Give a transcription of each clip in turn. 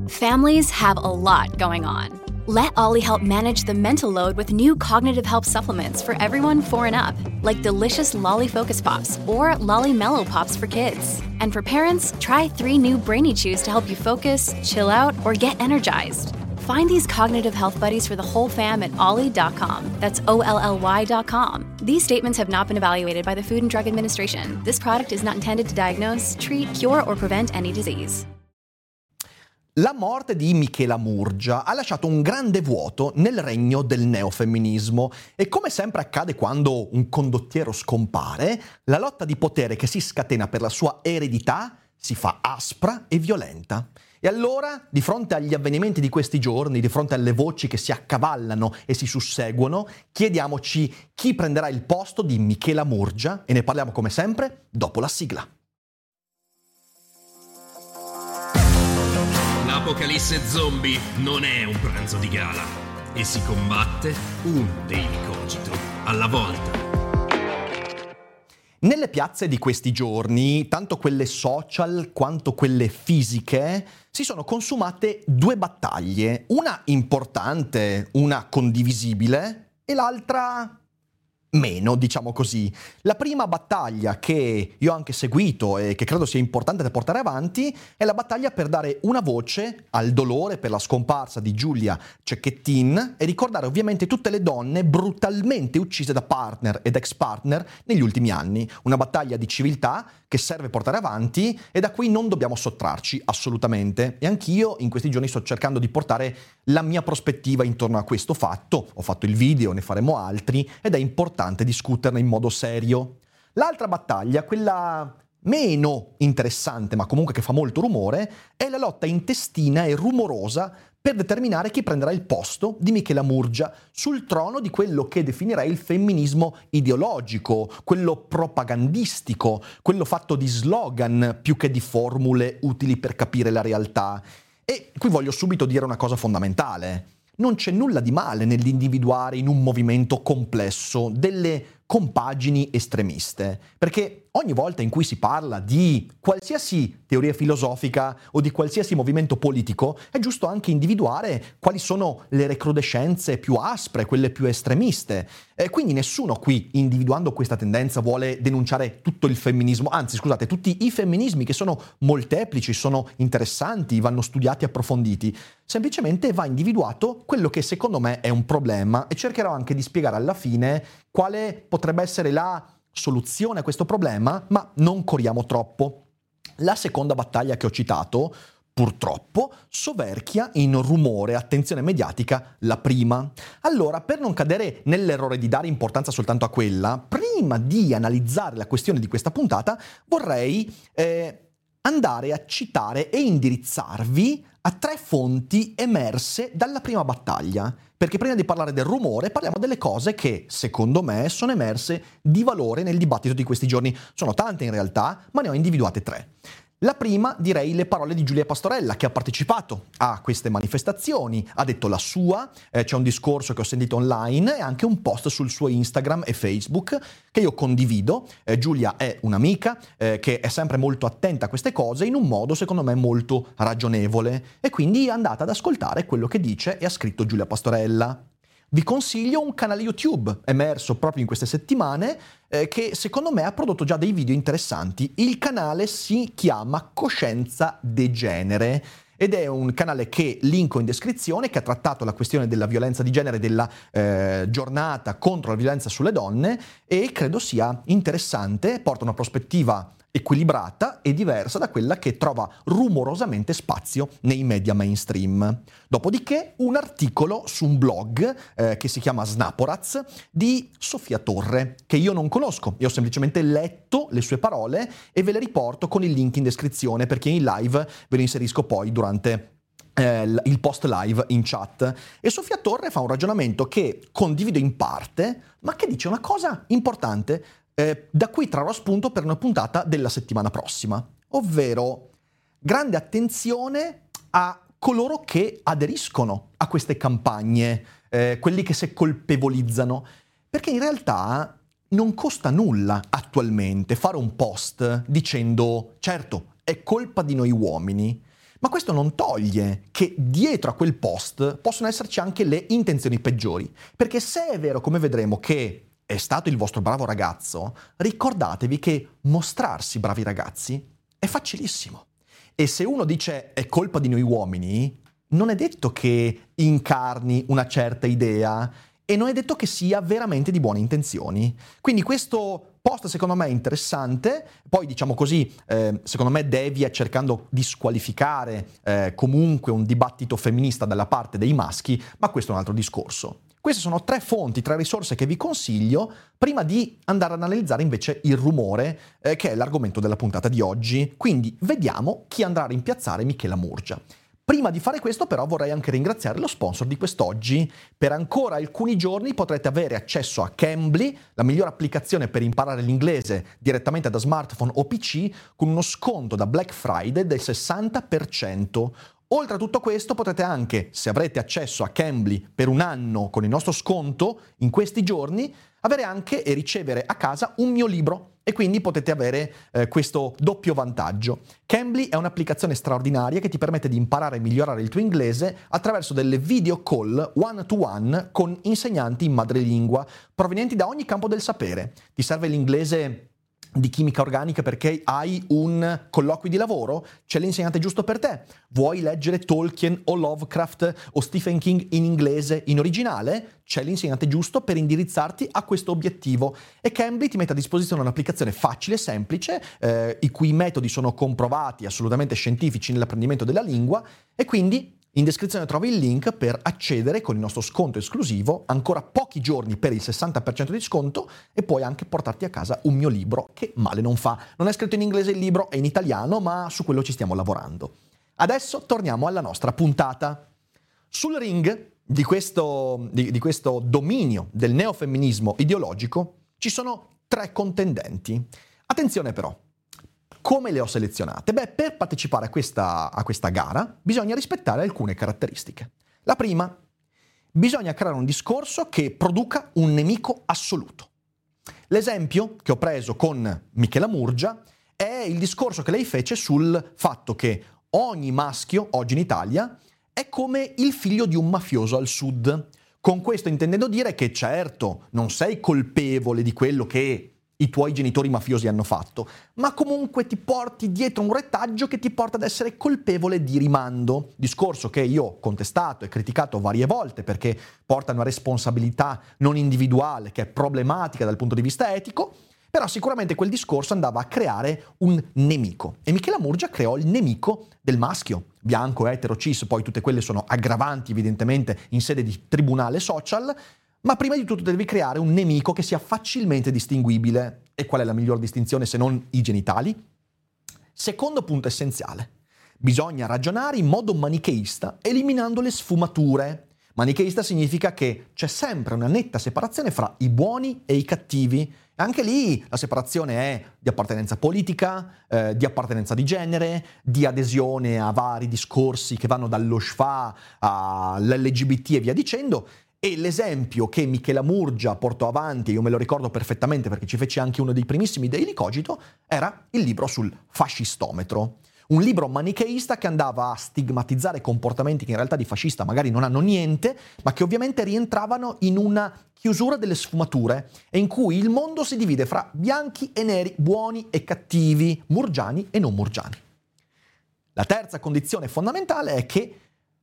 Families have a lot going on. Let Ollie help manage the mental load with new cognitive help supplements for everyone 4 and up, like delicious Lolly Focus Pops or Lolly Mellow Pops for kids. And for parents, try 3 new Brainy Chews to help you focus, chill out, or get energized. Find these cognitive health buddies for the whole fam at ollie.com. That's OLLY.com. These statements have not been evaluated by the Food and Drug Administration. This product is not intended to diagnose, treat, cure, or prevent any disease. La morte di Michela Murgia ha lasciato un grande vuoto nel regno del neofemminismo e, come sempre accade quando un condottiero scompare, la lotta di potere che si scatena per la sua eredità si fa aspra e violenta. E allora, di fronte agli avvenimenti di questi giorni, di fronte alle voci che si accavallano e si susseguono, chiediamoci chi prenderà il posto di Michela Murgia e ne parliamo come sempre dopo la sigla. L'apocalisse zombie non è un pranzo di gala e si combatte un daily cogito alla volta. Nelle piazze di questi giorni, tanto quelle social quanto quelle fisiche, si sono consumate 2 battaglie, una importante, una condivisibile e l'altra meno, diciamo così. La prima battaglia che io ho anche seguito e che credo sia importante da portare avanti è la battaglia per dare una voce al dolore per la scomparsa di Giulia Cecchettin e ricordare ovviamente tutte le donne brutalmente uccise da partner ed ex partner negli ultimi anni. Una battaglia di civiltà che serve portare avanti e da cui non dobbiamo sottrarci assolutamente. E anch'io in questi giorni sto cercando di portare la mia prospettiva intorno a questo fatto. Ho fatto il video, ne faremo altri ed è importante discuterne in modo serio. L'altra battaglia, quella meno interessante ma comunque che fa molto rumore, è la lotta intestina e rumorosa per determinare chi prenderà il posto di Michela Murgia sul trono di quello che definirei il femminismo ideologico, quello propagandistico, quello fatto di slogan più che di formule utili per capire la realtà. E qui voglio subito dire una cosa fondamentale. Non c'è nulla di male nell'individuare in un movimento complesso delle compagini estremiste, perché ogni volta in cui si parla di qualsiasi teoria filosofica o di qualsiasi movimento politico è giusto anche individuare quali sono le recrudescenze più aspre, quelle più estremiste. E quindi nessuno qui, individuando questa tendenza, vuole denunciare tutto il femminismo, anzi scusate, tutti i femminismi che sono molteplici, sono interessanti, vanno studiati e approfonditi. Semplicemente va individuato quello che secondo me è un problema e cercherò anche di spiegare alla fine quale potrebbe essere la soluzione a questo problema, ma non corriamo troppo. La seconda battaglia che ho citato, purtroppo, soverchia in rumore e attenzione mediatica la prima. Allora, per non cadere nell'errore di dare importanza soltanto a quella, prima di analizzare la questione di questa puntata, vorrei andare a citare e indirizzarvi a 3 fonti emerse dalla prima battaglia, perché prima di parlare del rumore parliamo delle cose che, secondo me, sono emerse di valore nel dibattito di questi giorni. Sono tante in realtà, ma ne ho individuate 3. La prima, direi, le parole di Giulia Pastorella, che ha partecipato a queste manifestazioni, ha detto la sua, c'è un discorso che ho sentito online e anche un post sul suo Instagram e Facebook che io condivido. Giulia è un'amica che è sempre molto attenta a queste cose in un modo, secondo me, molto ragionevole e quindi andate ad ascoltare quello che dice e ha scritto Giulia Pastorella. Vi consiglio un canale YouTube emerso proprio in queste settimane che secondo me ha prodotto già dei video interessanti. Il canale si chiama Coscienza de Genere ed è un canale che linko in descrizione, che ha trattato la questione della violenza di genere, della giornata contro la violenza sulle donne e credo sia interessante, porta una prospettiva equilibrata e diversa da quella che trova rumorosamente spazio nei media mainstream. Dopodiché un articolo su un blog che si chiama Snaporaz di Sofia Torre, che io non conosco, io ho semplicemente letto le sue parole e ve le riporto con il link in descrizione perché in live ve lo inserisco poi durante il post live in chat. E Sofia Torre fa un ragionamento che condivido in parte, ma che dice una cosa importante da cui trarrò spunto per una puntata della settimana prossima, ovvero grande attenzione a coloro che aderiscono a queste campagne, quelli che si colpevolizzano, perché in realtà non costa nulla attualmente fare un post dicendo certo è colpa di noi uomini, Ma questo non toglie che dietro a quel post possono esserci anche le intenzioni peggiori. Perché se è vero, come vedremo, che è stato il vostro bravo ragazzo, ricordatevi che mostrarsi bravi ragazzi è facilissimo. E se uno dice è colpa di noi uomini, non è detto che incarni una certa idea e non è detto che sia veramente di buone intenzioni. Quindi questo post secondo me è interessante, poi diciamo così, secondo me devia cercando di squalificare comunque un dibattito femminista dalla parte dei maschi, ma questo è un altro discorso. Queste sono 3 fonti, 3 risorse che vi consiglio prima di andare ad analizzare invece il rumore, che è l'argomento della puntata di oggi. Quindi vediamo chi andrà a rimpiazzare Michela Murgia. Prima di fare questo però vorrei anche ringraziare lo sponsor di quest'oggi. Per ancora alcuni giorni potrete avere accesso a Cambly, la migliore applicazione per imparare l'inglese direttamente da smartphone o PC, con uno sconto da Black Friday del 60%. Oltre a tutto questo potrete anche, se avrete accesso a Cambly per un anno con il nostro sconto, in questi giorni, avere anche e ricevere a casa un mio libro e quindi potete avere questo doppio vantaggio. Cambly è un'applicazione straordinaria che ti permette di imparare e migliorare il tuo inglese attraverso delle video call one-to-one con insegnanti in madrelingua provenienti da ogni campo del sapere. Ti serve l'inglese di chimica organica perché hai un colloquio di lavoro? C'è l'insegnante giusto per te. Vuoi leggere Tolkien o Lovecraft o Stephen King in inglese in originale? C'è l'insegnante giusto per indirizzarti a questo obiettivo. E Cambly ti mette a disposizione un'applicazione facile e semplice, i cui metodi sono comprovati, assolutamente scientifici nell'apprendimento della lingua, e quindi in descrizione trovi il link per accedere con il nostro sconto esclusivo, ancora pochi giorni per il 60% di sconto, e puoi anche portarti a casa un mio libro che male non fa. Non è scritto in inglese il libro, è in italiano, ma su quello ci stiamo lavorando. Adesso torniamo alla nostra puntata. Sul ring di questo dominio del neofemminismo ideologico ci sono 3 contendenti. Attenzione però. Come le ho selezionate? Beh, per partecipare a questa gara bisogna rispettare alcune caratteristiche. La prima, bisogna creare un discorso che produca un nemico assoluto. L'esempio che ho preso con Michela Murgia è il discorso che lei fece sul fatto che ogni maschio, oggi in Italia, è come il figlio di un mafioso al sud. Con questo intendendo dire che certo non sei colpevole di quello che i tuoi genitori mafiosi hanno fatto, ma comunque ti porti dietro un retaggio che ti porta ad essere colpevole di rimando. Discorso che io ho contestato e criticato varie volte perché porta una responsabilità non individuale che è problematica dal punto di vista etico, però sicuramente quel discorso andava a creare un nemico. E Michela Murgia creò il nemico del maschio, bianco, etero, cis, poi tutte quelle sono aggravanti evidentemente in sede di tribunale social. Ma prima di tutto devi creare un nemico che sia facilmente distinguibile. E qual è la miglior distinzione se non i genitali? Secondo punto essenziale. Bisogna ragionare in modo manicheista, eliminando le sfumature. Manicheista significa che c'è sempre una netta separazione fra i buoni e i cattivi. Anche lì la separazione è di appartenenza politica, di appartenenza di genere, di adesione a vari discorsi che vanno dallo schwa all'LGBT e via dicendo. E l'esempio che Michela Murgia portò avanti, io me lo ricordo perfettamente perché ci fece anche uno dei primissimi Daily Cogito, era il libro sul fascistometro. Un libro manicheista che andava a stigmatizzare comportamenti che in realtà di fascista magari non hanno niente, ma che ovviamente rientravano in una chiusura delle sfumature e in cui il mondo si divide fra bianchi e neri, buoni e cattivi, murgiani e non murgiani. La terza condizione fondamentale è che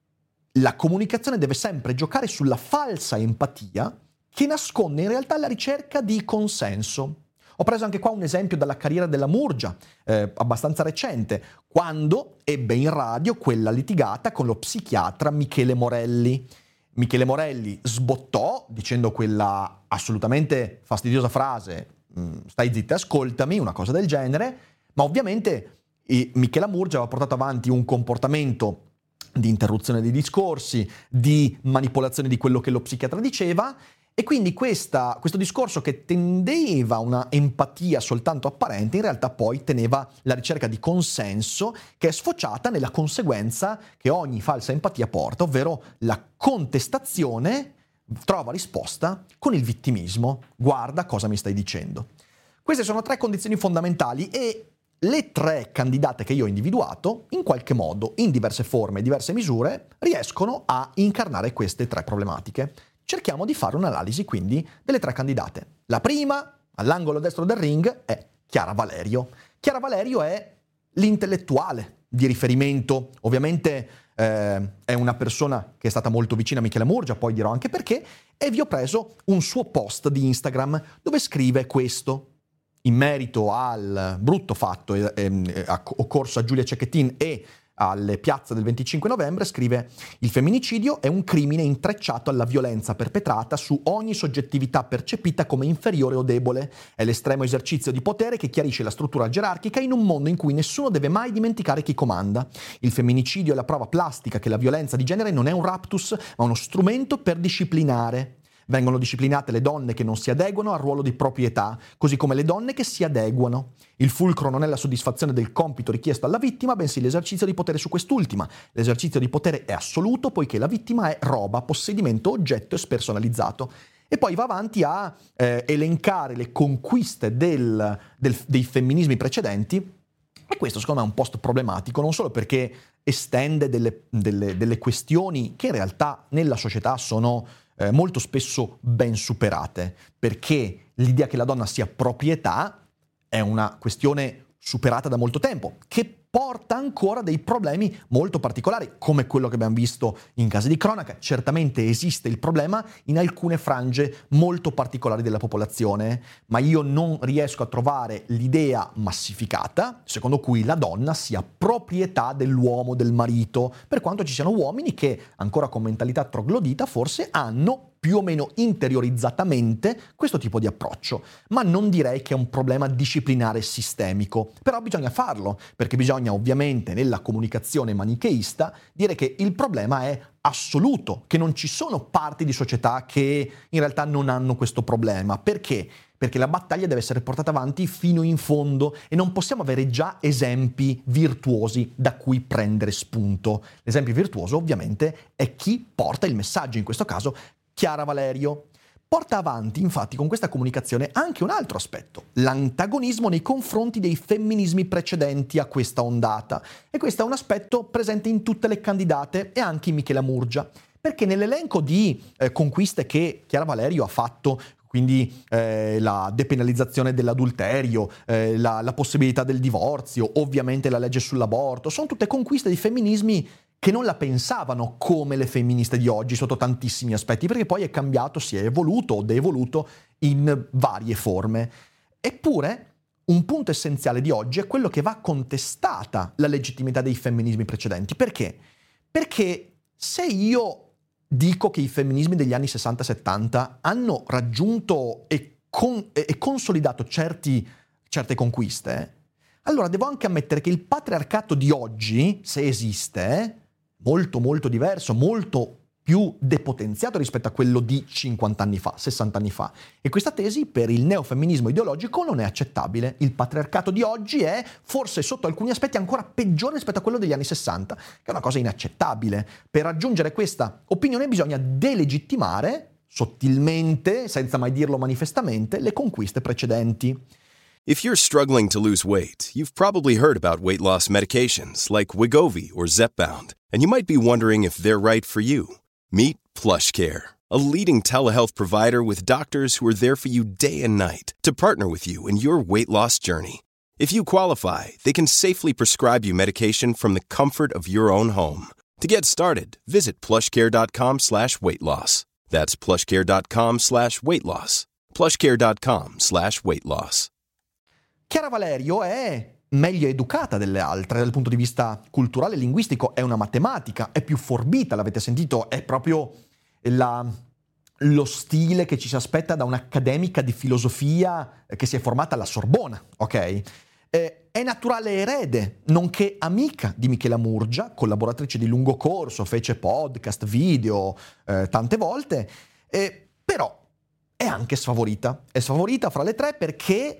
la comunicazione deve sempre giocare sulla falsa empatia che nasconde in realtà la ricerca di consenso. Ho preso anche qua un esempio dalla carriera della Murgia, abbastanza recente, quando ebbe in radio quella litigata con lo psichiatra Michele Morelli. Michele Morelli sbottò dicendo quella assolutamente fastidiosa frase «stai zitta e ascoltami», una cosa del genere, ma ovviamente Michela Murgia aveva portato avanti un comportamento di interruzione dei discorsi, di manipolazione di quello che lo psichiatra diceva, e quindi questo discorso che tendeva a una empatia soltanto apparente, in realtà poi teneva la ricerca di consenso che è sfociata nella conseguenza che ogni falsa empatia porta, ovvero la contestazione trova risposta con il vittimismo. Guarda cosa mi stai dicendo. Queste sono 3 condizioni fondamentali e le 3 candidate che io ho individuato, in qualche modo, in diverse forme, diverse misure, riescono a incarnare queste 3 problematiche. Cerchiamo di fare un'analisi quindi delle 3 candidate. La prima, all'angolo destro del ring, è Chiara Valerio. Chiara Valerio è l'intellettuale di riferimento, ovviamente è una persona che è stata molto vicina a Michela Murgia, poi dirò anche perché, e vi ho preso un suo post di Instagram dove scrive questo. In merito al brutto fatto occorso a Giulia Cecchettin e alle piazze del 25 novembre, scrive: il femminicidio è un crimine intrecciato alla violenza perpetrata su ogni soggettività percepita come inferiore o debole. È l'estremo esercizio di potere che chiarisce la struttura gerarchica in un mondo in cui nessuno deve mai dimenticare chi comanda. Il femminicidio è la prova plastica che la violenza di genere non è un raptus, ma uno strumento per disciplinare. Vengono disciplinate le donne che non si adeguano al ruolo di proprietà, così come le donne che si adeguano. Il fulcro non è la soddisfazione del compito richiesto alla vittima, bensì l'esercizio di potere su quest'ultima. L'esercizio di potere è assoluto, poiché la vittima è roba, possedimento, oggetto e spersonalizzato. E poi va avanti a elencare le conquiste dei femminismi precedenti. E questo secondo me è un post problematico, non solo perché estende delle questioni che in realtà nella società sono molto spesso ben superate, perché l'idea che la donna sia proprietà è una questione superata da molto tempo, che porta ancora dei problemi molto particolari, come quello che abbiamo visto in casi di cronaca. Certamente esiste il problema in alcune frange molto particolari della popolazione, ma io non riesco a trovare l'idea massificata secondo cui la donna sia proprietà dell'uomo, del marito, per quanto ci siano uomini che, ancora con mentalità troglodita, forse hanno più o meno interiorizzatamente questo tipo di approccio, ma non direi che è un problema disciplinare sistemico. Però bisogna farlo, perché bisogna ovviamente nella comunicazione manicheista dire che il problema è assoluto, che non ci sono parti di società che in realtà non hanno questo problema. Perché? Perché la battaglia deve essere portata avanti fino in fondo e non possiamo avere già esempi virtuosi da cui prendere spunto. L'esempio virtuoso ovviamente è chi porta il messaggio, in questo caso Chiara Valerio. Porta avanti infatti con questa comunicazione anche un altro aspetto, l'antagonismo nei confronti dei femminismi precedenti a questa ondata. E questo è un aspetto presente in tutte le candidate e anche in Michela Murgia, perché nell'elenco di conquiste che Chiara Valerio ha fatto, quindi la depenalizzazione dell'adulterio, la possibilità del divorzio, ovviamente la legge sull'aborto, sono tutte conquiste di femminismi che non la pensavano come le femministe di oggi sotto tantissimi aspetti, perché poi è cambiato, si è evoluto o devoluto in varie forme. Eppure un punto essenziale di oggi è quello che va contestata la legittimità dei femminismi precedenti. Perché? Perché se io dico che i femminismi degli anni 60-70 hanno raggiunto e consolidato certe conquiste, allora devo anche ammettere che il patriarcato di oggi, se esiste, molto molto diverso, molto più depotenziato rispetto a quello di 50 anni fa, 60 anni fa. E questa tesi per il neofemminismo ideologico non è accettabile. Il patriarcato di oggi è forse sotto alcuni aspetti ancora peggiore rispetto a quello degli anni 60, che è una cosa inaccettabile. Per raggiungere questa opinione bisogna delegittimare sottilmente, senza mai dirlo manifestamente, le conquiste precedenti. If you're struggling to lose weight, you've probably heard about weight loss medications like Wegovy or Zepbound, and you might be wondering if they're right for you. Meet PlushCare, a leading telehealth provider with doctors who are there for you day and night to partner with you in your weight loss journey. If you qualify, they can safely prescribe you medication from the comfort of your own home. To get started, visit plushcare.com/weightloss. That's plushcare.com/weightloss. plushcare.com/weightloss. Chiara Valerio è meglio educata delle altre dal punto di vista culturale e linguistico, è una matematica, è più forbita, l'avete sentito, è proprio lo stile che ci si aspetta da un'accademica di filosofia che si è formata alla Sorbona, ok? È naturale erede, nonché amica di Michela Murgia, collaboratrice di lungo corso, fece podcast, video tante volte, però è anche sfavorita. È sfavorita fra le 3 perché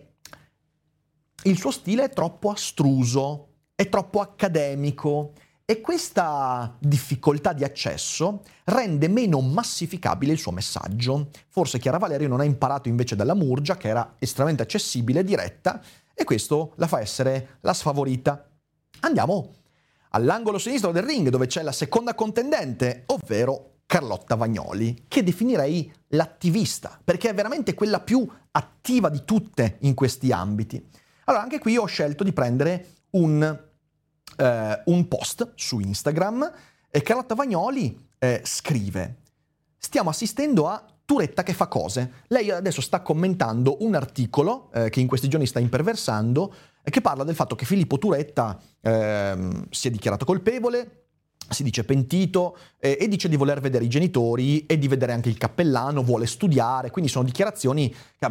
il suo stile è troppo astruso, è troppo accademico e questa difficoltà di accesso rende meno massificabile il suo messaggio. Forse Chiara Valerio non ha imparato invece dalla Murgia, che era estremamente accessibile, diretta, e questo la fa essere la sfavorita. Andiamo all'angolo sinistro del ring, dove c'è la seconda contendente, ovvero Carlotta Vagnoli, che definirei l'attivista, perché è veramente quella più attiva di tutte in questi ambiti. Allora, anche qui ho scelto di prendere un post su Instagram, e Carlotta Vagnoli scrive: stiamo assistendo a Turetta che fa cose. Lei adesso sta commentando un articolo che in questi giorni sta imperversando, che parla del fatto che Filippo Turetta si è dichiarato colpevole, si dice pentito, e dice di voler vedere i genitori e di vedere anche il cappellano, vuole studiare, quindi sono dichiarazioni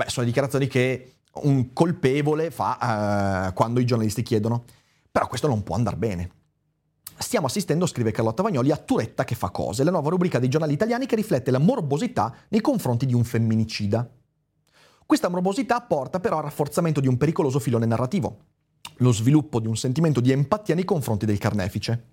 che un colpevole fa quando i giornalisti chiedono. Però questo non può andare bene. Stiamo assistendo, scrive Carlotta Vagnoli, a Turetta che fa cose, la nuova rubrica dei giornali italiani che riflette la morbosità nei confronti di un femminicida. Questa morbosità porta però al rafforzamento di un pericoloso filone narrativo, lo sviluppo di un sentimento di empatia nei confronti del carnefice.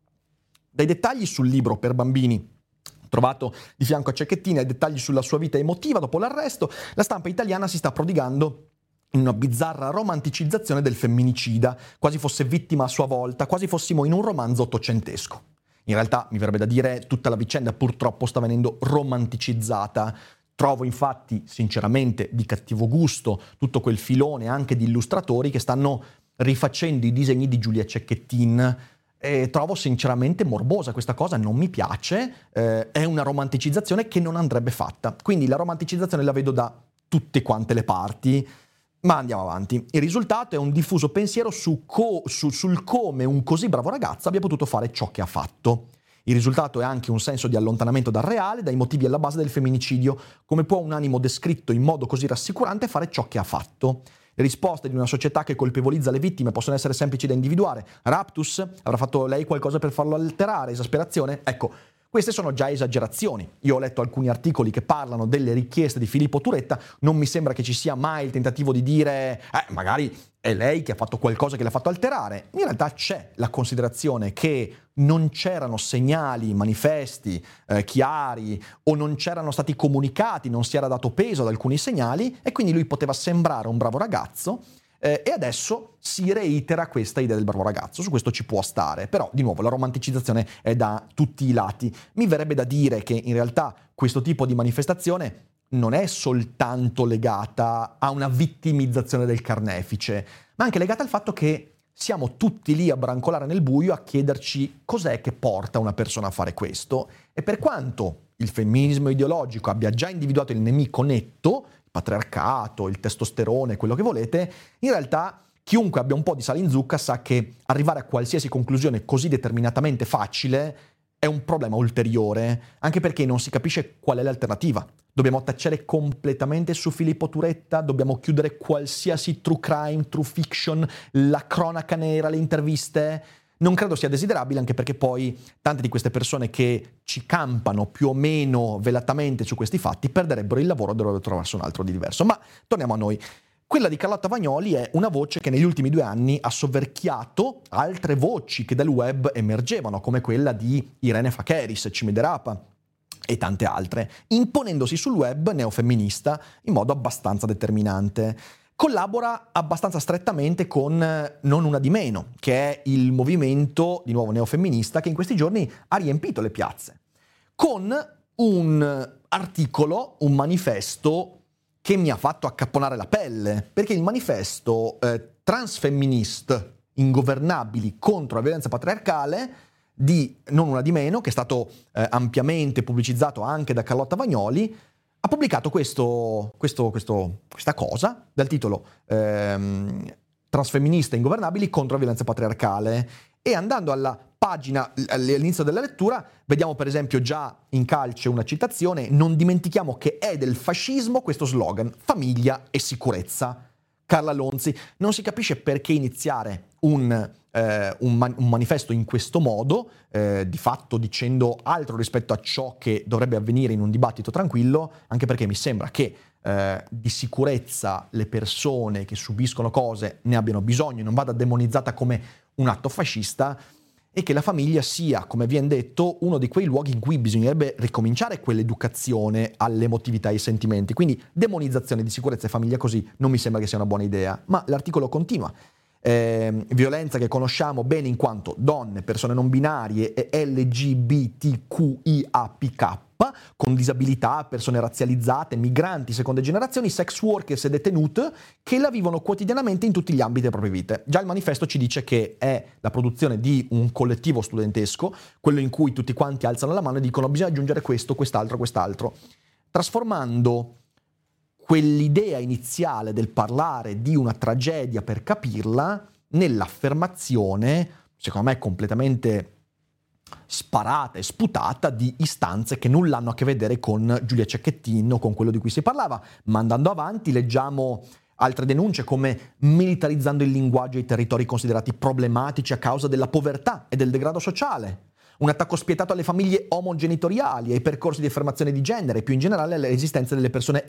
Dai dettagli sul libro per bambini trovato di fianco a Cecchettin ai dettagli sulla sua vita emotiva dopo l'arresto, la stampa italiana si sta prodigando in una bizzarra romanticizzazione del femminicida, quasi fosse vittima a sua volta, quasi fossimo in un romanzo ottocentesco. In realtà, mi verrebbe da dire, tutta la vicenda purtroppo sta venendo romanticizzata. Trovo infatti, sinceramente, di cattivo gusto tutto quel filone anche di illustratori che stanno rifacendo i disegni di Giulia Cecchettin. E trovo sinceramente morbosa questa cosa, non mi piace, è una romanticizzazione che non andrebbe fatta. Quindi la romanticizzazione la vedo da tutte quante le parti. Ma andiamo avanti. Il risultato è un diffuso pensiero sul come un così bravo ragazzo abbia potuto fare ciò che ha fatto. Il risultato è anche un senso di allontanamento dal reale, dai motivi alla base del femminicidio. Come può un animo descritto in modo così rassicurante fare ciò che ha fatto? Le risposte di una società che colpevolizza le vittime possono essere semplici da individuare. Raptus? Avrà fatto lei qualcosa per farlo alterare? Esasperazione? Ecco, queste sono già esagerazioni. Io ho letto alcuni articoli che parlano delle richieste di Filippo Turetta, non mi sembra che ci sia mai il tentativo di dire magari è lei che ha fatto qualcosa che l'ha fatto alterare. In realtà c'è la considerazione che non c'erano segnali, manifesti chiari, o non c'erano stati comunicati, non si era dato peso ad alcuni segnali, e quindi lui poteva sembrare un bravo ragazzo. E adesso si reitera questa idea del bravo ragazzo, su questo ci può stare, però di nuovo la romanticizzazione è da tutti i lati. Mi verrebbe da dire che in realtà questo tipo di manifestazione non è soltanto legata a una vittimizzazione del carnefice, ma anche legata al fatto che siamo tutti lì a brancolare nel buio a chiederci cos'è che porta una persona a fare questo, e per quanto il femminismo ideologico abbia già individuato il nemico netto, patriarcato, il testosterone, quello che volete, in realtà chiunque abbia un po' di sale in zucca sa che arrivare a qualsiasi conclusione così determinatamente facile è un problema ulteriore, anche perché non si capisce qual è l'alternativa. Dobbiamo tacere completamente su Filippo Turetta, dobbiamo chiudere qualsiasi true crime, true fiction, la cronaca nera, le interviste. Non credo sia desiderabile, anche perché poi tante di queste persone che ci campano più o meno velatamente su questi fatti perderebbero il lavoro e dovrebbero trovarsi un altro di diverso. Ma torniamo a noi. Quella di Carlotta Vagnoli è una voce che negli ultimi 2 anni ha soverchiato altre voci che dal web emergevano, come quella di Irene Fakeris, Cimiderapa e tante altre, imponendosi sul web neofemminista in modo abbastanza determinante. Collabora abbastanza strettamente con Non Una di Meno, che è il movimento, di nuovo neofemminista, che in questi giorni ha riempito le piazze, con un articolo, un manifesto che mi ha fatto accapponare la pelle, perché il manifesto Transfeminist ingovernabili contro la violenza patriarcale di Non Una di Meno, che è stato ampiamente pubblicizzato anche da Carlotta Vagnoli, ha pubblicato questa cosa dal titolo Transfemministe ingovernabili contro la violenza patriarcale, e andando alla pagina all'inizio della lettura vediamo per esempio già in calce una citazione: non dimentichiamo che è del fascismo questo slogan, famiglia e sicurezza. Carla Lonzi. Non si capisce perché iniziare un manifesto in questo modo, di fatto dicendo altro rispetto a ciò che dovrebbe avvenire in un dibattito tranquillo, anche perché mi sembra che di sicurezza le persone che subiscono cose ne abbiano bisogno e non vada demonizzata come un atto fascista. e che la famiglia sia, come viene detto, uno di quei luoghi in cui bisognerebbe ricominciare quell'educazione all'emotività e ai sentimenti. Quindi demonizzazione di sicurezza e famiglia così non mi sembra che sia una buona idea. Ma l'articolo continua. Violenza che conosciamo bene in quanto donne, persone non binarie e LGBTQIAPK, con disabilità, persone razzializzate, migranti, seconde generazioni, sex workers e detenute che la vivono quotidianamente in tutti gli ambiti delle proprie vite. Già il manifesto ci dice che è la produzione di un collettivo studentesco, quello in cui tutti quanti alzano la mano e dicono bisogna aggiungere questo, quest'altro, trasformando quell'idea iniziale del parlare di una tragedia per capirla nell'affermazione, secondo me completamente sparata e sputata, di istanze che nulla hanno a che vedere con Giulia Cecchettin o con quello di cui si parlava. Ma andando avanti leggiamo altre denunce come militarizzando il linguaggio ai territori considerati problematici a causa della povertà e del degrado sociale, un attacco spietato alle famiglie omogenitoriali, ai percorsi di affermazione di genere e più in generale all'esistenza delle persone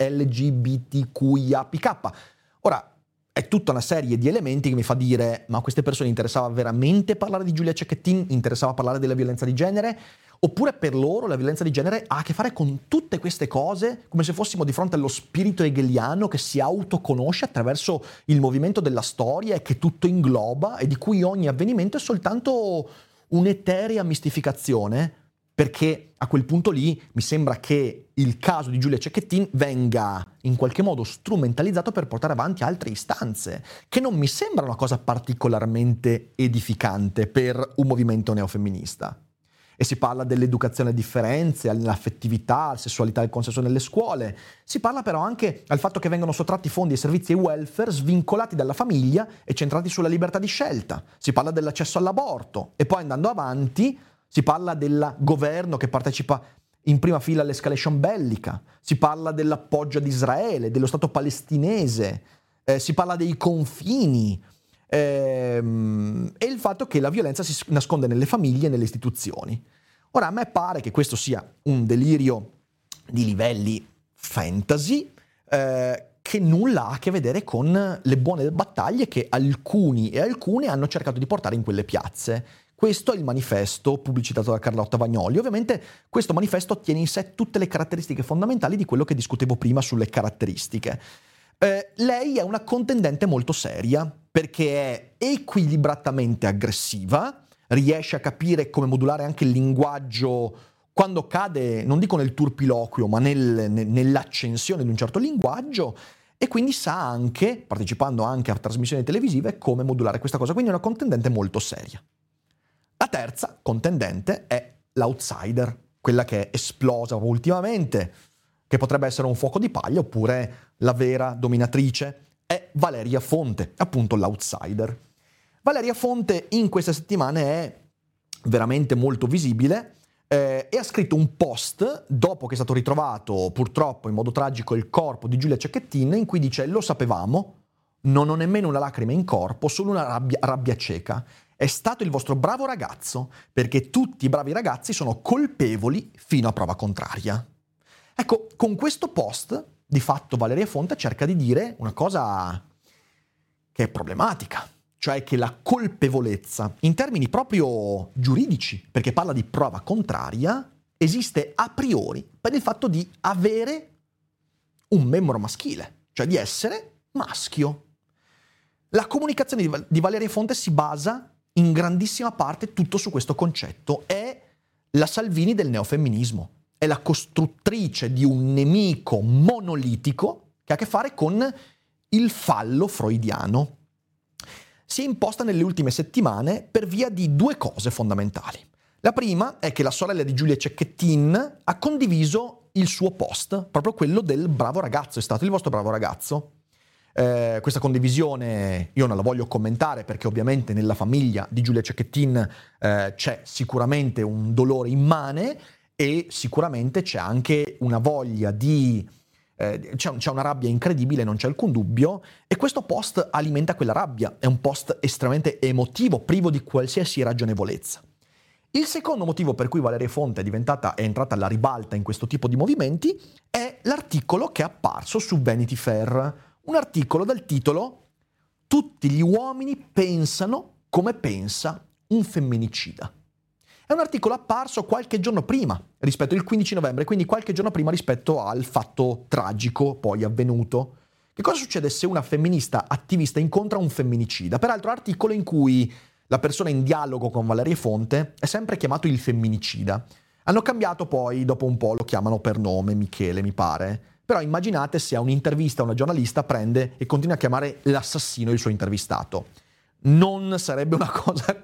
LGBTQIAPK. Ora, è tutta una serie di elementi che mi fa dire: ma a queste persone interessava veramente parlare di Giulia Cecchettin? Interessava parlare della violenza di genere? Oppure per loro la violenza di genere ha a che fare con tutte queste cose, come se fossimo di fronte allo spirito hegeliano che si autoconosce attraverso il movimento della storia e che tutto ingloba e di cui ogni avvenimento è soltanto un'eterea mistificazione? Perché a quel punto lì mi sembra che il caso di Giulia Cecchettin venga in qualche modo strumentalizzato per portare avanti altre istanze, che non mi sembra una cosa particolarmente edificante per un movimento neofemminista. E si parla dell'educazione a differenze, all'affettività, alla sessualità e al consenso nelle scuole. Si parla però anche del fatto che vengono sottratti fondi ai servizi e welfare svincolati dalla famiglia e centrati sulla libertà di scelta. Si parla dell'accesso all'aborto e poi andando avanti si parla del governo che partecipa in prima fila all'escalation bellica, si parla dell'appoggio ad Israele, dello Stato palestinese, si parla dei confini e il fatto che la violenza si nasconde nelle famiglie e nelle istituzioni. Ora, a me pare che questo sia un delirio di livelli fantasy che nulla ha a che vedere con le buone battaglie che alcuni e alcune hanno cercato di portare in quelle piazze. Questo è il manifesto pubblicitato da Carlotta Vagnoli. Ovviamente questo manifesto tiene in sé tutte le caratteristiche fondamentali di quello che discutevo prima sulle caratteristiche. Lei è una contendente molto seria perché è equilibratamente aggressiva, riesce a capire come modulare anche il linguaggio quando cade, non dico nel turpiloquio, ma nell'accensione di un certo linguaggio, e quindi sa anche, partecipando anche a trasmissioni televisive, come modulare questa cosa. Quindi è una contendente molto seria. La terza contendente è l'outsider, quella che è esplosa ultimamente, che potrebbe essere un fuoco di paglia, oppure la vera dominatrice, è Valeria Fonte, appunto l'outsider. Valeria Fonte in queste settimane è veramente molto visibile e ha scritto un post dopo che è stato ritrovato purtroppo in modo tragico il corpo di Giulia Cecchettin, in cui dice: lo sapevamo, non ho nemmeno una lacrima in corpo, solo una rabbia cieca. È stato il vostro bravo ragazzo, perché tutti i bravi ragazzi sono colpevoli fino a prova contraria. Ecco, con questo post, di fatto Valeria Fonte cerca di dire una cosa che è problematica, cioè che la colpevolezza, in termini proprio giuridici, perché parla di prova contraria, esiste a priori per il fatto di avere un membro maschile, cioè di essere maschio. La comunicazione di Valeria Fonte si basa in grandissima parte tutto su questo concetto. È la Salvini del neofemminismo, è la costruttrice di un nemico monolitico che ha a che fare con il fallo freudiano. Si è imposta nelle ultime settimane per via di due cose fondamentali. La prima è che la sorella di Giulia Cecchettin ha condiviso il suo post, proprio quello del bravo ragazzo, è stato il vostro bravo ragazzo. Questa condivisione io non la voglio commentare perché ovviamente nella famiglia di Giulia Cecchettin c'è sicuramente un dolore immane e sicuramente c'è anche una voglia di c'è una rabbia incredibile, non c'è alcun dubbio, e questo post alimenta quella rabbia. È un post estremamente emotivo, privo di qualsiasi ragionevolezza. Il secondo motivo per cui Valeria Fonte è entrata alla ribalta in questo tipo di movimenti è l'articolo che è apparso su Vanity Fair. Un articolo dal titolo: tutti gli uomini pensano come pensa un femminicida. È un articolo apparso qualche giorno prima rispetto al 15 novembre, quindi qualche giorno prima rispetto al fatto tragico poi avvenuto. Che cosa succede se una femminista attivista incontra un femminicida? Peraltro articolo in cui la persona in dialogo con Valeria Fonte è sempre chiamato il femminicida. Hanno cambiato poi, dopo un po' lo chiamano per nome, Michele mi pare. Però immaginate se a un'intervista una giornalista prende e continua a chiamare l'assassino il suo intervistato. Non sarebbe una cosa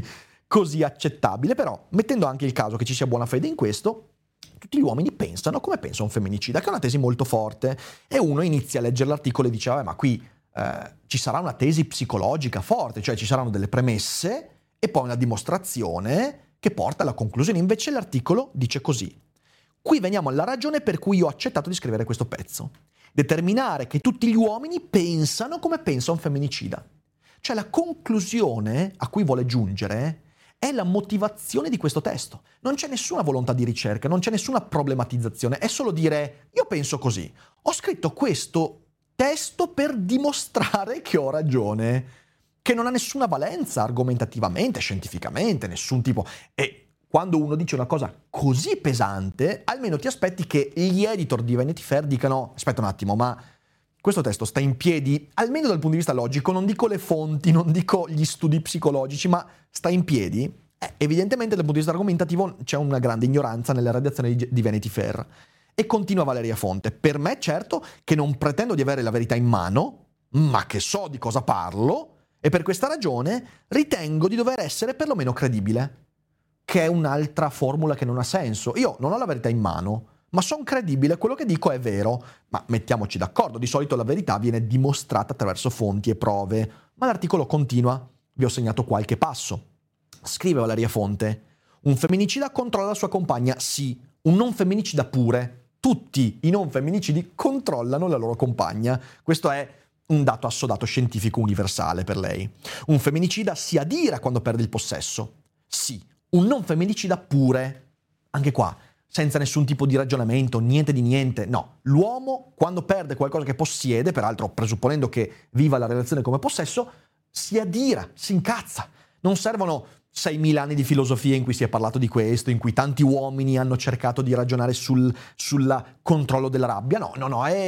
così accettabile, però mettendo anche il caso che ci sia buona fede in questo, tutti gli uomini pensano come pensa un femminicida, che è una tesi molto forte, e uno inizia a leggere l'articolo e dice vabbè, ma qui ci sarà una tesi psicologica forte, cioè ci saranno delle premesse e poi una dimostrazione che porta alla conclusione. Invece l'articolo dice così: qui veniamo alla ragione per cui io ho accettato di scrivere questo pezzo: determinare che tutti gli uomini pensano come pensa un femminicida. Cioè la conclusione a cui vuole giungere è la motivazione di questo testo. Non c'è nessuna volontà di ricerca, non c'è nessuna problematizzazione, è solo dire io penso così, ho scritto questo testo per dimostrare che ho ragione, che non ha nessuna valenza argomentativamente, scientificamente, nessun tipo. E quando uno dice una cosa così pesante, almeno ti aspetti che gli editor di Vanity Fair dicano aspetta un attimo, ma questo testo sta in piedi, almeno dal punto di vista logico, non dico le fonti, non dico gli studi psicologici, ma sta in piedi? Evidentemente dal punto di vista argomentativo c'è una grande ignoranza nella redazione di Vanity Fair. E continua Valeria Fonte: per me certo che non pretendo di avere la verità in mano, ma che so di cosa parlo, e per questa ragione ritengo di dover essere perlomeno credibile, che è un'altra formula che non ha senso. Io non ho la verità in mano, ma sono credibile, quello che dico è vero. Ma mettiamoci d'accordo, di solito la verità viene dimostrata attraverso fonti e prove. Ma l'articolo continua, vi ho segnato qualche passo. Scrive Valeria Fonte: un femminicida controlla la sua compagna, sì, un non femminicida pure. Tutti i non femminicidi controllano la loro compagna. Questo è un dato assodato scientifico universale per lei. Un femminicida si adira quando perde il possesso. Sì, un non femminicida pure. Anche qua, senza nessun tipo di ragionamento, niente di niente. No, l'uomo quando perde qualcosa che possiede, peraltro presupponendo che viva la relazione come possesso, si adira, si incazza. Non servono 6.000 anni di filosofia in cui si è parlato di questo, in cui tanti uomini hanno cercato di ragionare sul controllo della rabbia. No, è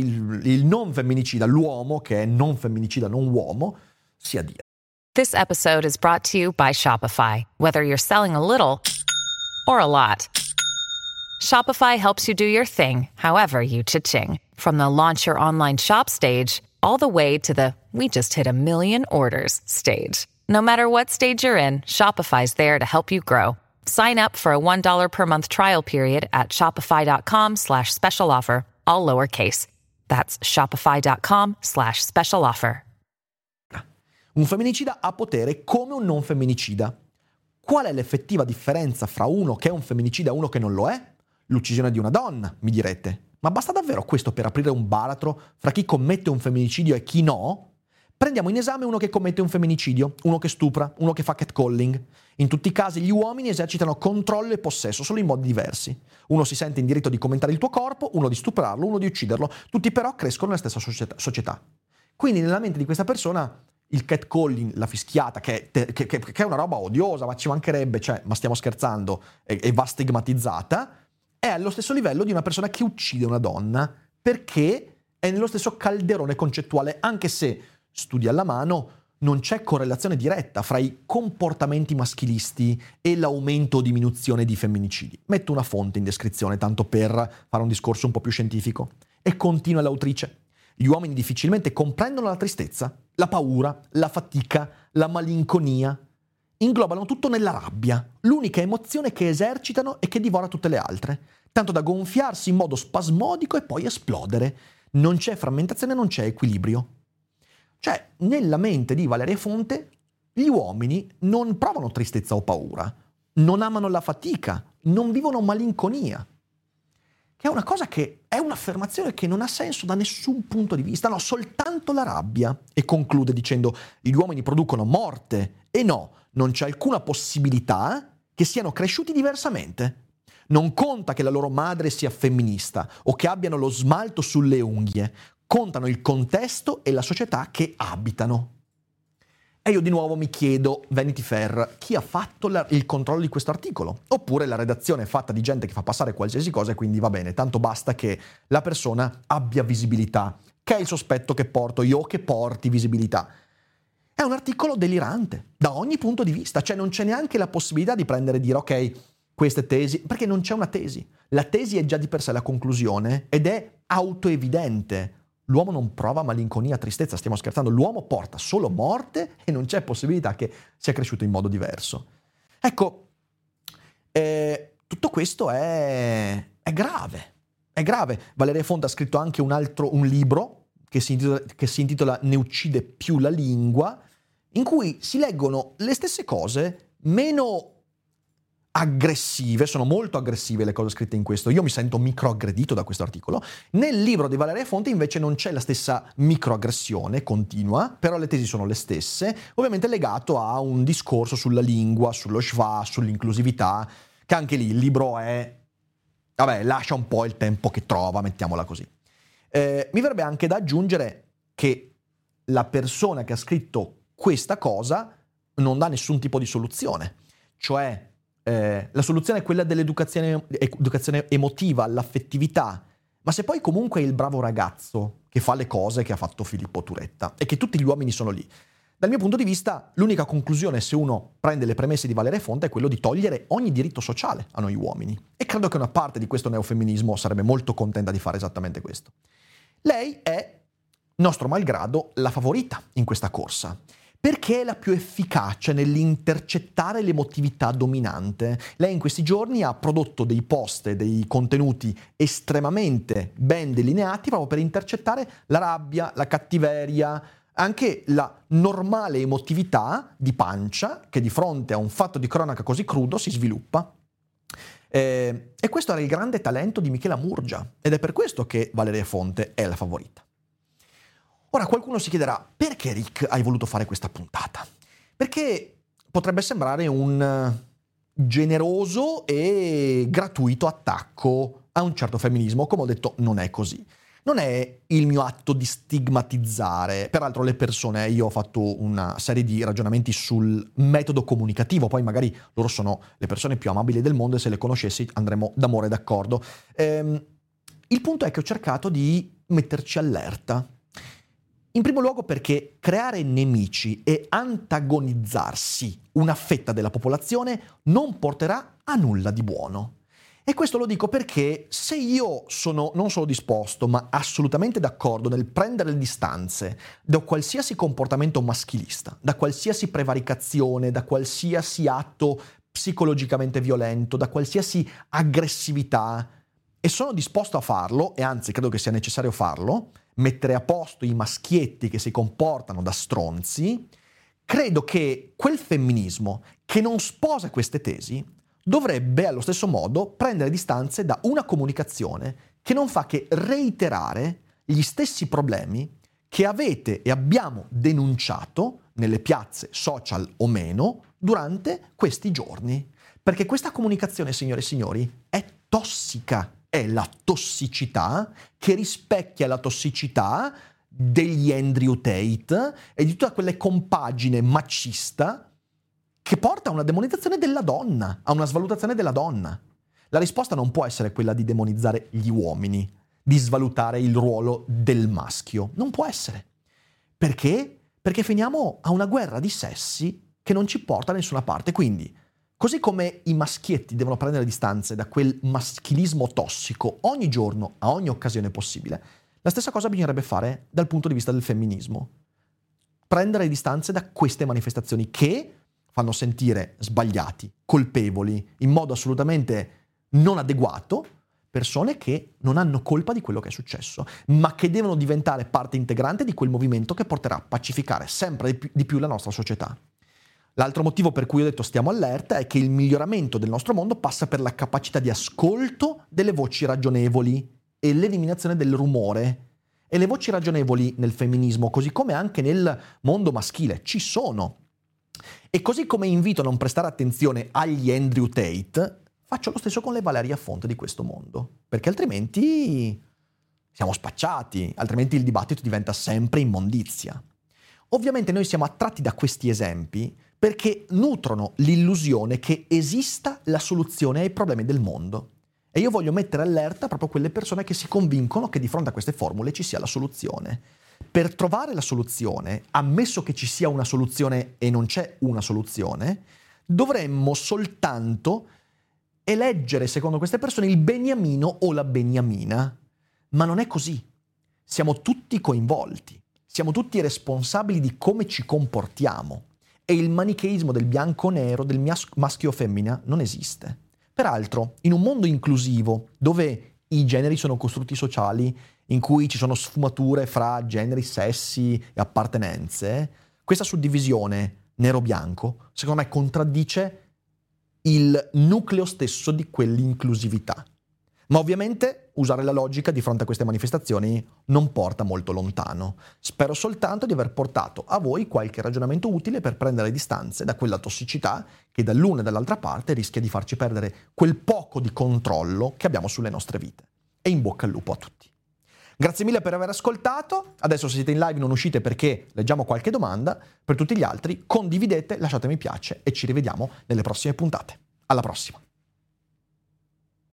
il non femminicida, l'uomo che è non femminicida, non uomo, si adira. This episode is brought to you by Shopify. Whether you're selling a little or a lot, Shopify helps you do your thing, however you cha-ching. From the launch your online shop stage, all the way to the we just hit 1 million orders stage. No matter what stage you're in, Shopify's there to help you grow. Sign up for a $1 per month trial period at shopify.com/special offer, all lowercase. That's shopify.com/special offer. Un femminicida ha potere come un non femminicida. Qual è l'effettiva differenza fra uno che è un femminicida e uno che non lo è? L'uccisione di una donna, mi direte. Ma basta davvero questo per aprire un baratro fra chi commette un femminicidio e chi no? Prendiamo in esame uno che commette un femminicidio, uno che stupra, uno che fa catcalling. In tutti i casi gli uomini esercitano controllo e possesso, solo in modi diversi. Uno si sente in diritto di commentare il tuo corpo, uno di stuprarlo, uno di ucciderlo. Tutti però crescono nella stessa società. Quindi nella mente di questa persona il catcalling, la fischiata, che è una roba odiosa, ma ci mancherebbe, cioè, ma stiamo scherzando, e va stigmatizzata, è allo stesso livello di una persona che uccide una donna, perché è nello stesso calderone concettuale, anche se studi alla mano, non c'è correlazione diretta fra i comportamenti maschilisti e l'aumento o diminuzione di femminicidi. Metto una fonte in descrizione, tanto per fare un discorso un po' più scientifico. E continua l'autrice: gli uomini difficilmente comprendono la tristezza, la paura, la fatica, la malinconia. Inglobano tutto nella rabbia, l'unica emozione che esercitano e che divora tutte le altre, tanto da gonfiarsi in modo spasmodico e poi esplodere. Non c'è frammentazione, non c'è equilibrio. Cioè, nella mente di Valeria Fonte, gli uomini non provano tristezza o paura, non amano la fatica, non vivono malinconia. Che è una cosa che è un'affermazione che non ha senso da nessun punto di vista, no, soltanto la rabbia. E conclude dicendo: gli uomini producono morte, e no, non c'è alcuna possibilità che siano cresciuti diversamente. Non conta che la loro madre sia femminista o che abbiano lo smalto sulle unghie. Contano il contesto e la società che abitano. E io di nuovo mi chiedo, Vanity Fair, chi ha fatto il controllo di questo articolo? Oppure la redazione è fatta di gente che fa passare qualsiasi cosa e quindi va bene, tanto basta che la persona abbia visibilità, che è il sospetto che porto io, che porti visibilità. È un articolo delirante, da ogni punto di vista, cioè non c'è neanche la possibilità di prendere e dire ok, queste tesi, perché non c'è una tesi. La tesi è già di per sé la conclusione ed è autoevidente. L'uomo non prova malinconia, tristezza, stiamo scherzando, l'uomo porta solo morte e non c'è possibilità che sia cresciuto in modo diverso. Ecco, tutto questo è grave, è grave. Valeria Fonte ha scritto anche un libro che si intitola Ne uccide più la lingua, in cui si leggono le stesse cose meno aggressive, sono molto aggressive le cose scritte in questo, io mi sento microaggredito da questo articolo. Nel libro di Valeria Fonte invece non c'è la stessa microaggressione continua, però le tesi sono le stesse, ovviamente legato a un discorso sulla lingua, sullo schwa, sull'inclusività, che anche lì il libro lascia un po' il tempo che trova, mettiamola così. Mi verrebbe anche da aggiungere che la persona che ha scritto questa cosa non dà nessun tipo di soluzione, cioè la soluzione è quella dell'educazione emotiva, l'affettività, ma se poi comunque è il bravo ragazzo che fa le cose che ha fatto Filippo Turetta e che tutti gli uomini sono lì, dal mio punto di vista l'unica conclusione, se uno prende le premesse di Valeria Fonte, è quello di togliere ogni diritto sociale a noi uomini, e credo che una parte di questo neofemminismo sarebbe molto contenta di fare esattamente questo. Lei è, nostro malgrado, la favorita in questa corsa, perché è la più efficace nell'intercettare l'emotività dominante. Lei in questi giorni ha prodotto dei post e dei contenuti estremamente ben delineati proprio per intercettare la rabbia, la cattiveria, anche la normale emotività di pancia che di fronte a un fatto di cronaca così crudo si sviluppa. E questo era il grande talento di Michela Murgia ed è per questo che Valeria Fonte è la favorita. Ora qualcuno si chiederà, perché Rick hai voluto fare questa puntata? Perché potrebbe sembrare un generoso e gratuito attacco a un certo femminismo. Come ho detto, non è così. Non è il mio atto di stigmatizzare. Peraltro le persone, io ho fatto una serie di ragionamenti sul metodo comunicativo, poi magari loro sono le persone più amabili del mondo e se le conoscessi andremo d'amore d'accordo. Il punto è che ho cercato di metterci allerta. In primo luogo perché creare nemici e antagonizzarsi una fetta della popolazione non porterà a nulla di buono. E questo lo dico perché se io sono non solo disposto, ma assolutamente d'accordo nel prendere le distanze da qualsiasi comportamento maschilista, da qualsiasi prevaricazione, da qualsiasi atto psicologicamente violento, da qualsiasi aggressività, e sono disposto a farlo, e anzi credo che sia necessario farlo, mettere a posto i maschietti che si comportano da stronzi, credo che quel femminismo che non sposa queste tesi dovrebbe allo stesso modo prendere distanze da una comunicazione che non fa che reiterare gli stessi problemi che avete e abbiamo denunciato nelle piazze social o meno durante questi giorni. Perché questa comunicazione, signore e signori, è tossica. È la tossicità che rispecchia la tossicità degli Andrew Tate e di tutta quella compagine macista che porta a una demonizzazione della donna, a una svalutazione della donna. La risposta non può essere quella di demonizzare gli uomini, di svalutare il ruolo del maschio. Non può essere. Perché? Perché finiamo a una guerra di sessi che non ci porta da nessuna parte. Quindi, così come i maschietti devono prendere distanze da quel maschilismo tossico ogni giorno, a ogni occasione possibile, la stessa cosa bisognerebbe fare dal punto di vista del femminismo. Prendere distanze da queste manifestazioni che fanno sentire sbagliati, colpevoli, in modo assolutamente non adeguato, persone che non hanno colpa di quello che è successo, ma che devono diventare parte integrante di quel movimento che porterà a pacificare sempre di più la nostra società. L'altro motivo per cui ho detto stiamo allerta è che il miglioramento del nostro mondo passa per la capacità di ascolto delle voci ragionevoli e l'eliminazione del rumore. E le voci ragionevoli nel femminismo, così come anche nel mondo maschile, ci sono. E così come invito a non prestare attenzione agli Andrew Tate, faccio lo stesso con le Valeria Fonte di questo mondo, perché altrimenti siamo spacciati, altrimenti il dibattito diventa sempre immondizia. Ovviamente noi siamo attratti da questi esempi perché nutrono l'illusione che esista la soluzione ai problemi del mondo. E io voglio mettere allerta proprio quelle persone che si convincono che di fronte a queste formule ci sia la soluzione. Per trovare la soluzione, ammesso che ci sia una soluzione e non c'è una soluzione, dovremmo soltanto eleggere, secondo queste persone, il beniamino o la beniamina. Ma non è così. Siamo tutti coinvolti, siamo tutti responsabili di come ci comportiamo. E il manicheismo del bianco-nero, del maschio-femmina, non esiste. Peraltro, in un mondo inclusivo, dove i generi sono costrutti sociali, in cui ci sono sfumature fra generi, sessi e appartenenze, questa suddivisione nero-bianco, secondo me, contraddice il nucleo stesso di quell'inclusività. Ma ovviamente usare la logica di fronte a queste manifestazioni non porta molto lontano. Spero soltanto di aver portato a voi qualche ragionamento utile per prendere distanze da quella tossicità che dall'una e dall'altra parte rischia di farci perdere quel poco di controllo che abbiamo sulle nostre vite. E in bocca al lupo a tutti. Grazie mille per aver ascoltato. Adesso se siete in live non uscite perché leggiamo qualche domanda. Per tutti gli altri condividete, lasciate mi piace e ci rivediamo nelle prossime puntate. Alla prossima!